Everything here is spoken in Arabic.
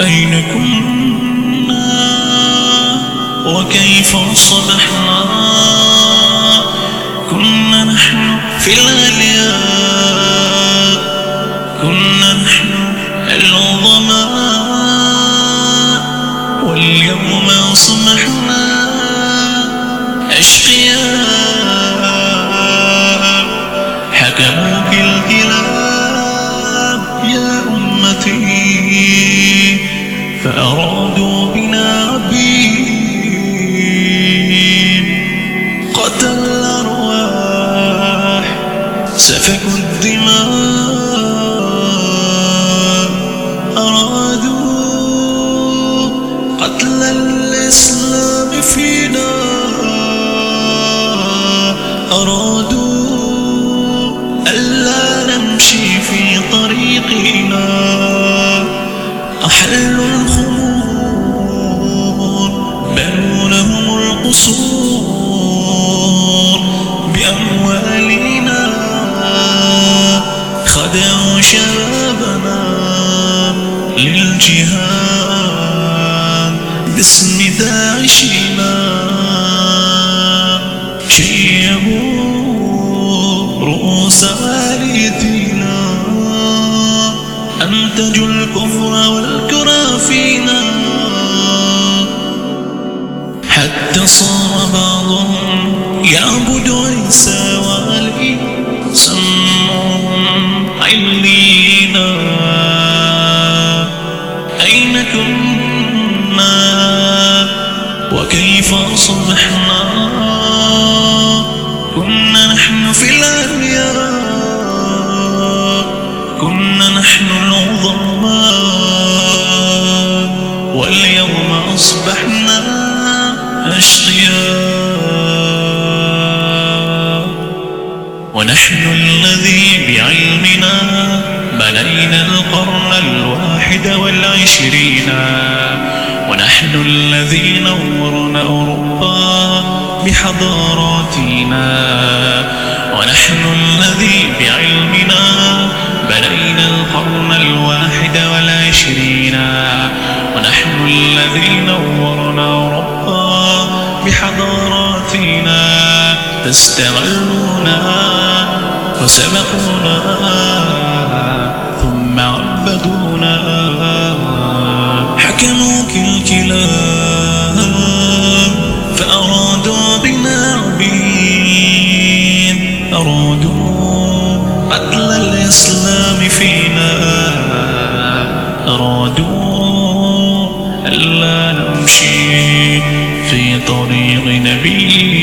أين كنا وكيف أصبحنا؟ كنا نحن في العلياء، كنا نحن العظماء، واليوم أصبحنا أشقياء. حكموا بالكلاب يا أمتي، فأرادوا بنا عبيد. قتل الأرواح، سفكوا الدماء، أرادوا قتل الإسلام فينا، أرادوا ألا نمشي في طريقنا. أحلوا الخمور، بنوا لهم القصور بأموالنا، خدعوا شبابنا للجهاد باسم داعشنا. شيبوا رؤوس والدينا، أنتجوا الكفر والكره فينا، حتى صار بعضهم يعبد عيسى وعلي، سموهم علينا. أين كنا وكيف أصبحنا؟ كنا نحن في العلياء، كنا نحن العظماء، واليوم أصبحنا أشقياء. ونحن الذي بعلمنا بنينا القرن 21، ونحن الذي نورنا أوروبا بحضاراتنا، ونحن الذي بعلمنا بنينا القرن 21، ونحن الذي نورنا أوروبا بحضاراتنا. فاستغلونا وسبقونا ثم عبدونا، حكموا كالكلاب فأرادوا بنا عبيد، أرادوا قتل الإسلام فينا، أرادوا ألا نمشي في طريق نبي